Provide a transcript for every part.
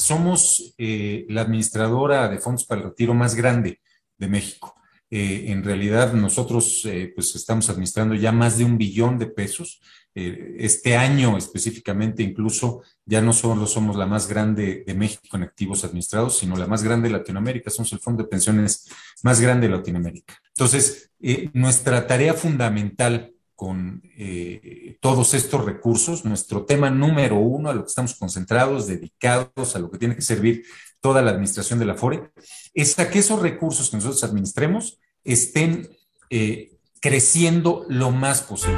somos la administradora de fondos para el retiro más grande de México. En realidad nosotros pues estamos administrando ya más de 1 billón de pesos. Este año específicamente incluso ya no solo somos la más grande de México en activos administrados, sino la más grande de Latinoamérica. Somos el fondo de pensiones más grande de Latinoamérica. Entonces, nuestra tarea fundamental con todos estos recursos, nuestro tema número uno, a lo que estamos concentrados, dedicados, a lo que tiene que servir toda la administración de la Afore, es a que esos recursos que nosotros administremos estén creciendo lo más posible.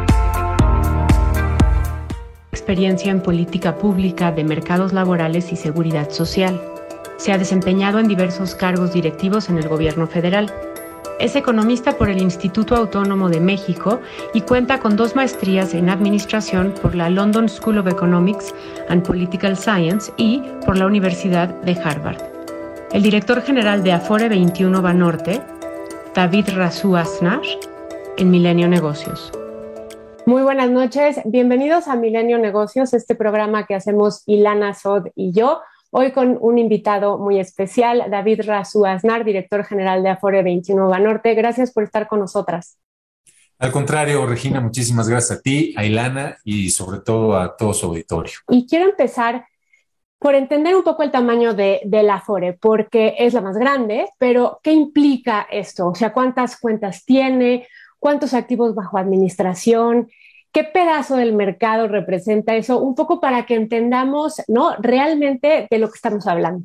Experiencia en política pública de mercados laborales y seguridad social. Se ha desempeñado en diversos cargos directivos en el gobierno federal. Es economista por el Instituto Autónomo de México y cuenta con 2 maestrías en administración por la London School of Economics and Political Science y por la Universidad de Harvard. El director general de Afore 21 Banorte, David Razú Aznar, en Milenio Negocios. Muy buenas noches, bienvenidos a Milenio Negocios, este programa que hacemos Ilana Sod y yo. Hoy con un invitado muy especial, David Razú Aznar, director general de Afore 21 Banorte. Gracias por estar con nosotras. Al contrario, Regina, muchísimas gracias a ti, a Ilana y sobre todo a todo su auditorio. Y quiero empezar por entender un poco el tamaño de la Afore, porque es la más grande, pero ¿qué implica esto? O sea, ¿cuántas cuentas tiene? ¿Cuántos activos bajo administración? ¿Qué pedazo del mercado representa eso? Un poco para que entendamos, ¿no?, realmente de lo que estamos hablando.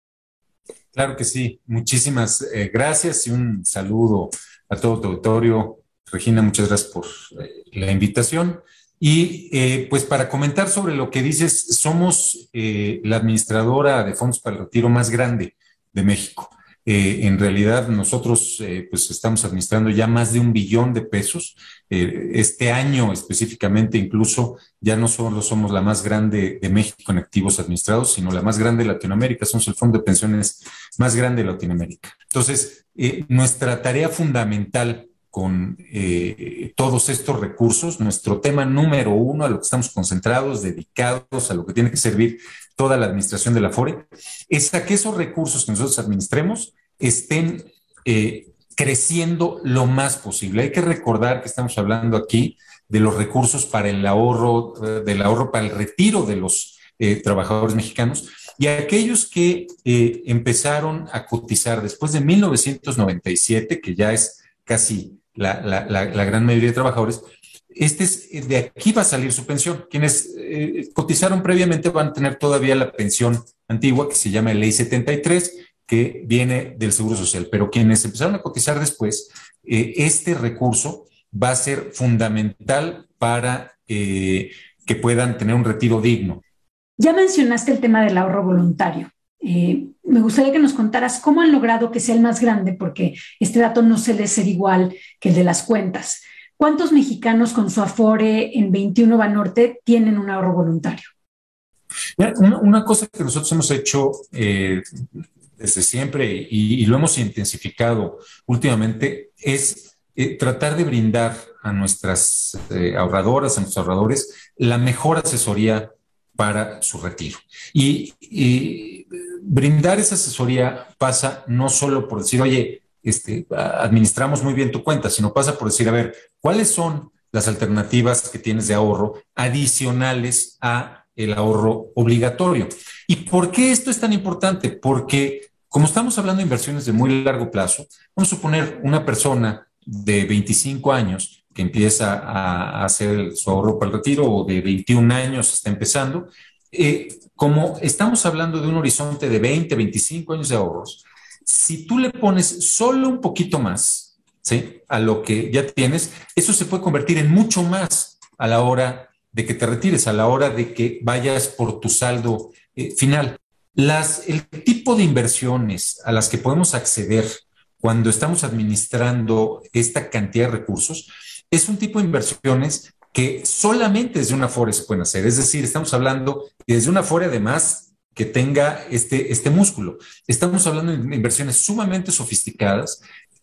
Claro que sí. Muchísimas gracias y un saludo a todo tu auditorio. Regina, muchas gracias por la invitación. Y pues para comentar sobre lo que dices, somos la administradora de fondos para el retiro más grande de México. En realidad nosotros pues estamos administrando ya más de 1 billón de pesos. Este año específicamente incluso ya no solo somos la más grande de México en activos administrados, sino la más grande de Latinoamérica. Somos el fondo de pensiones más grande de Latinoamérica. Entonces, nuestra tarea fundamental con todos estos recursos, nuestro tema número uno, a lo que estamos concentrados, dedicados, a lo que tiene que servir toda la administración de la Afore, es a que esos recursos que nosotros administremos estén creciendo lo más posible. Hay que recordar que estamos hablando aquí de los recursos para el ahorro, del ahorro para el retiro de los trabajadores mexicanos y aquellos que empezaron a cotizar después de 1997, que ya es casi la gran mayoría de trabajadores. De aquí va a salir su pensión. Quienes cotizaron previamente van a tener todavía la pensión antigua que se llama Ley 73, que viene del Seguro Social. Pero quienes empezaron a cotizar después, este recurso va a ser fundamental para que puedan tener un retiro digno. Ya mencionaste el tema del ahorro voluntario. Me gustaría que nos contaras cómo han logrado que sea el más grande, porque este dato no suele ser igual que el de las cuentas. ¿Cuántos mexicanos con su Afore en 21 Banorte tienen un ahorro voluntario? Una cosa que nosotros hemos hecho desde siempre y lo hemos intensificado últimamente es tratar de brindar a nuestras ahorradoras, a nuestros ahorradores, la mejor asesoría para su retiro. Y brindar esa asesoría pasa no solo por decir, oye, administramos muy bien tu cuenta, sino pasa por decir, a ver, ¿cuáles son las alternativas que tienes de ahorro adicionales a el ahorro obligatorio? ¿Y por qué esto es tan importante? Porque como estamos hablando de inversiones de muy largo plazo, vamos a suponer una persona de 25 años que empieza a hacer su ahorro para el retiro o de 21 años está empezando, como estamos hablando de un horizonte de 20, 25 años de ahorros, si tú le pones solo un poquito más, ¿sí?, a lo que ya tienes, eso se puede convertir en mucho más a la hora de que te retires, a la hora de que vayas por tu saldo final. El tipo de inversiones a las que podemos acceder cuando estamos administrando esta cantidad de recursos es un tipo de inversiones que solamente desde una Afore se pueden hacer. Es decir, estamos hablando desde una Afore además que tenga este músculo. Estamos hablando de inversiones sumamente sofisticadas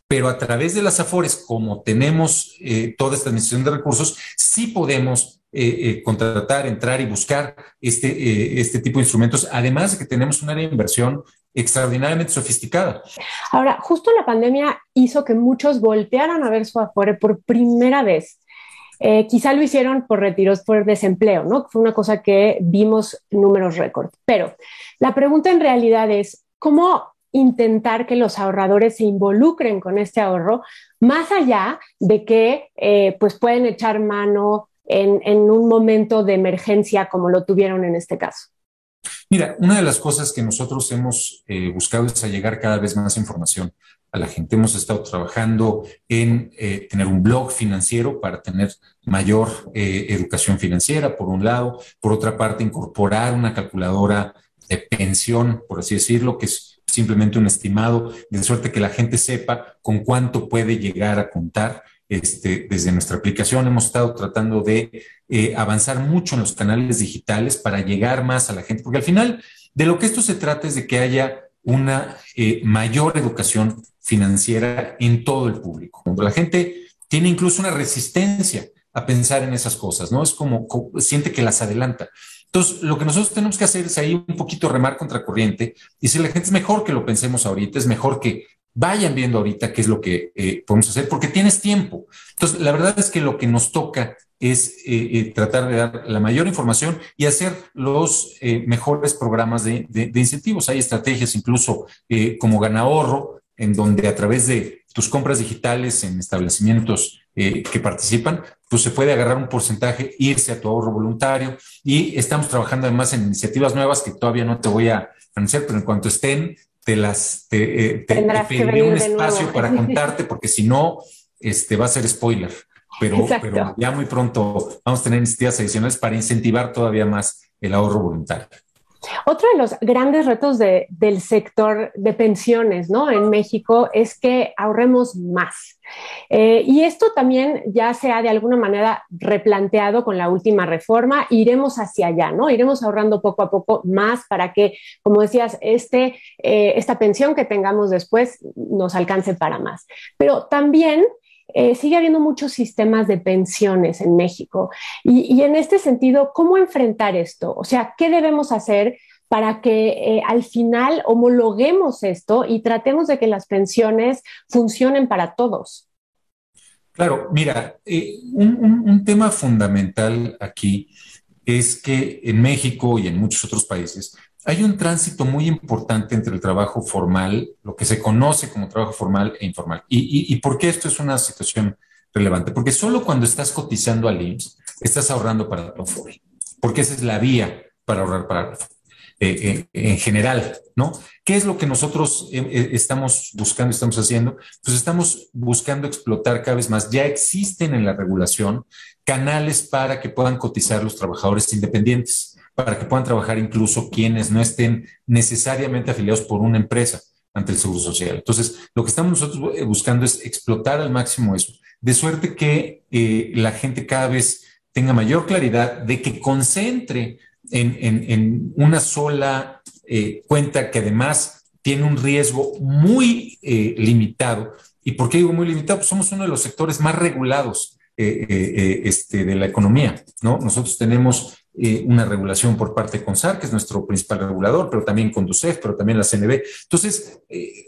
pero a través de las AFORES, como tenemos toda esta administración de recursos, sí podemos contratar, entrar y buscar este tipo de instrumentos, además de que tenemos un área de inversión extraordinariamente sofisticada. Ahora, justo la pandemia hizo que muchos voltearan a ver su Afore por primera vez. Quizá lo hicieron por retiros por desempleo, ¿no? Fue una cosa que vimos números récord. Pero la pregunta en realidad es, ¿cómo intentar que los ahorradores se involucren con este ahorro, más allá de que pues pueden echar mano en un momento de emergencia como lo tuvieron en este caso? Mira, una de las cosas que nosotros hemos buscado es allegar cada vez más información a la gente. Hemos estado trabajando en tener un blog financiero para tener mayor educación financiera, por un lado. Por otra parte, incorporar una calculadora de pensión, por así decirlo, que es simplemente un estimado, de suerte que la gente sepa con cuánto puede llegar a contar. Desde nuestra aplicación hemos estado tratando de avanzar mucho en los canales digitales para llegar más a la gente, porque al final de lo que esto se trata es de que haya una mayor educación financiera en todo el público. Cuando la gente tiene incluso una resistencia a pensar en esas cosas, ¿no? Es como siente que las adelanta. Entonces, lo que nosotros tenemos que hacer es ahí un poquito remar contracorriente y decirle a la gente, es mejor que lo pensemos ahorita, es mejor que vayan viendo ahorita qué es lo que podemos hacer, porque tienes tiempo. Entonces, la verdad es que lo que nos toca es tratar de dar la mayor información y hacer los mejores programas de incentivos. Hay estrategias incluso como Ganahorro, en donde a través de tus compras digitales en establecimientos que participan, pues se puede agarrar un porcentaje, irse a tu ahorro voluntario, y estamos trabajando además en iniciativas nuevas que todavía no te voy a anunciar, pero en cuanto estén, te pediré un espacio para contarte, porque si no, va a ser spoiler. Pero ya muy pronto vamos a tener iniciativas adicionales para incentivar todavía más el ahorro voluntario. Otro de los grandes retos del sector de pensiones, ¿no? En México es que ahorremos más. Y esto también ya se ha de alguna manera replanteado con la última reforma. Iremos hacia allá, ¿no? Iremos ahorrando poco a poco más para que, como decías, esta pensión que tengamos después nos alcance para más. Pero también sigue habiendo muchos sistemas de pensiones en México. Y en este sentido, ¿cómo enfrentar esto? O sea, ¿qué debemos hacer para que al final homologuemos esto y tratemos de que las pensiones funcionen para todos? Claro, mira, un tema fundamental aquí es que en México y en muchos otros países hay un tránsito muy importante entre el trabajo formal, lo que se conoce como trabajo formal e informal. ¿Y por qué esto es una situación relevante? Porque solo cuando estás cotizando al IMSS estás ahorrando para tu Afore, porque esa es la vía para ahorrar para la Afore. En general, ¿no? ¿Qué es lo que nosotros estamos buscando, estamos haciendo? Pues estamos buscando explotar cada vez más. Ya existen en la regulación canales para que puedan cotizar los trabajadores independientes, para que puedan trabajar incluso quienes no estén necesariamente afiliados por una empresa ante el Seguro Social. Entonces, lo que estamos nosotros buscando es explotar al máximo eso, de suerte que la gente cada vez tenga mayor claridad de que concentre en una sola cuenta que además tiene un riesgo muy limitado. ¿Y por qué digo muy limitado? Pues somos uno de los sectores más regulados de la economía, ¿no? Nosotros tenemos una regulación por parte de CONSAR, que es nuestro principal regulador, pero también CONDUCEF, pero también la CNB. Entonces,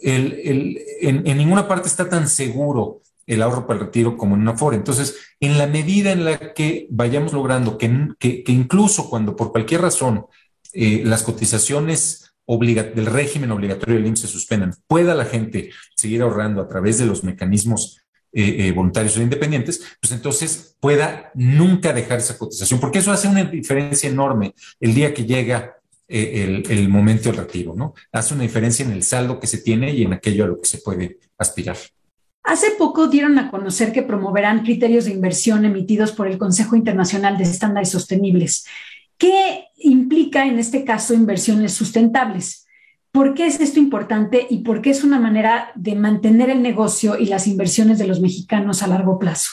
en ninguna parte está tan seguro el ahorro para el retiro como en una Afore. Entonces, en la medida en la que vayamos logrando que incluso cuando por cualquier razón las cotizaciones del régimen obligatorio del IMSS se suspendan, pueda la gente seguir ahorrando a través de los mecanismos voluntarios o independientes, pues entonces pueda nunca dejar esa cotización, porque eso hace una diferencia enorme el día que llega el momento del retiro, ¿no? Hace una diferencia en el saldo que se tiene y en aquello a lo que se puede aspirar. Hace poco dieron a conocer que promoverán criterios de inversión emitidos por el Consejo Internacional de Estándares Sostenibles. ¿Qué implica en este caso inversiones sustentables? ¿Por qué es esto importante y por qué es una manera de mantener el negocio y las inversiones de los mexicanos a largo plazo?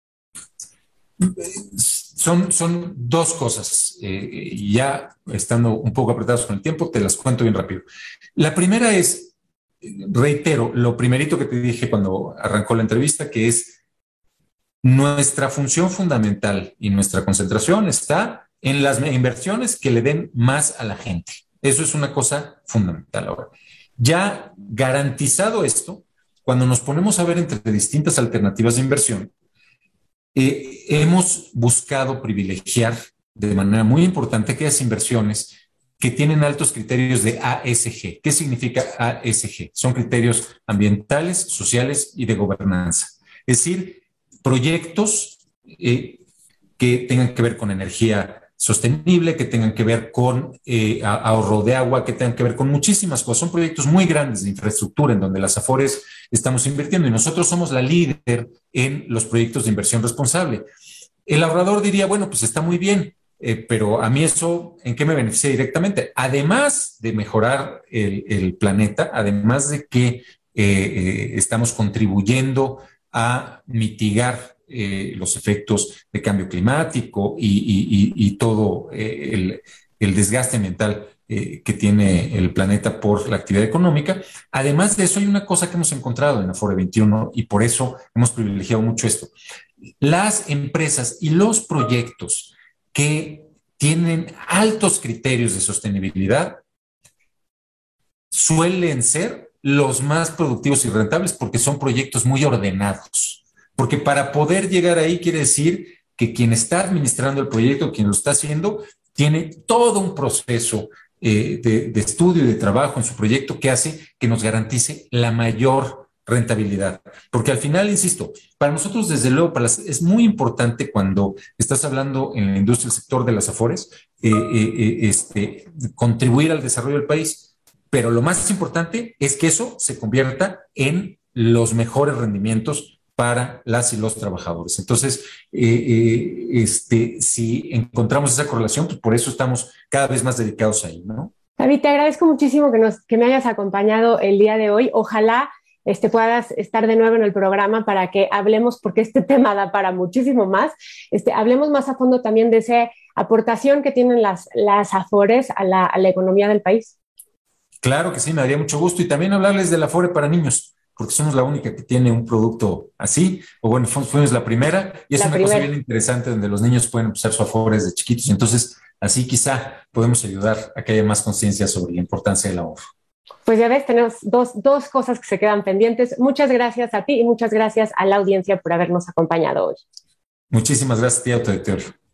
Son dos cosas. Ya estando un poco apretados con el tiempo, te las cuento bien rápido. La primera es reitero lo primerito que te dije cuando arrancó la entrevista, que es nuestra función fundamental y nuestra concentración está en las inversiones que le den más a la gente. Eso es una cosa fundamental ahora. Ya garantizado esto, cuando nos ponemos a ver entre distintas alternativas de inversión, hemos buscado privilegiar de manera muy importante aquellas inversiones que tienen altos criterios de ASG. ¿Qué significa ASG? Son criterios ambientales, sociales y de gobernanza. Es decir, proyectos que tengan que ver con energía sostenible, que tengan que ver con ahorro de agua, que tengan que ver con muchísimas cosas. Son proyectos muy grandes de infraestructura en donde las Afores estamos invirtiendo y nosotros somos la líder en los proyectos de inversión responsable. El ahorrador diría, bueno, pues está muy bien, pero a mí eso, ¿en qué me beneficia directamente? Además de mejorar el planeta, además de que estamos contribuyendo a mitigar los efectos de cambio climático y todo el desgaste ambiental que tiene el planeta por la actividad económica. Además de eso, hay una cosa que hemos encontrado en Afore 21 y por eso hemos privilegiado mucho esto. Las empresas y los proyectos que tienen altos criterios de sostenibilidad suelen ser los más productivos y rentables porque son proyectos muy ordenados. Porque para poder llegar ahí quiere decir que quien está administrando el proyecto, quien lo está haciendo, tiene todo un proceso de estudio y de trabajo en su proyecto que hace que nos garantice la mayor rentabilidad. Porque al final, insisto, para nosotros, desde luego, es muy importante cuando estás hablando en la industria, el sector de las Afores, contribuir al desarrollo del país. Pero lo más importante es que eso se convierta en los mejores rendimientos para las y los trabajadores. Entonces, si encontramos esa correlación, pues por eso estamos cada vez más dedicados ahí, ¿no? David, te agradezco muchísimo que me hayas acompañado el día de hoy. Ojalá puedas estar de nuevo en el programa para que hablemos, porque este tema da para muchísimo más. Hablemos más a fondo también de esa aportación que tienen las Afores a la economía del país. Claro que sí, me daría mucho gusto. Y también hablarles de la Afore para niños, porque somos la única que tiene un producto así, o bueno, fuimos la primera, y es una cosa bien interesante donde los niños pueden usar su Afore desde chiquitos. Entonces, así quizá podemos ayudar a que haya más conciencia sobre la importancia del ahorro. Pues ya ves, tenemos dos cosas que se quedan pendientes. Muchas gracias a ti y muchas gracias a la audiencia por habernos acompañado hoy. Muchísimas gracias a ti, Autodictorio.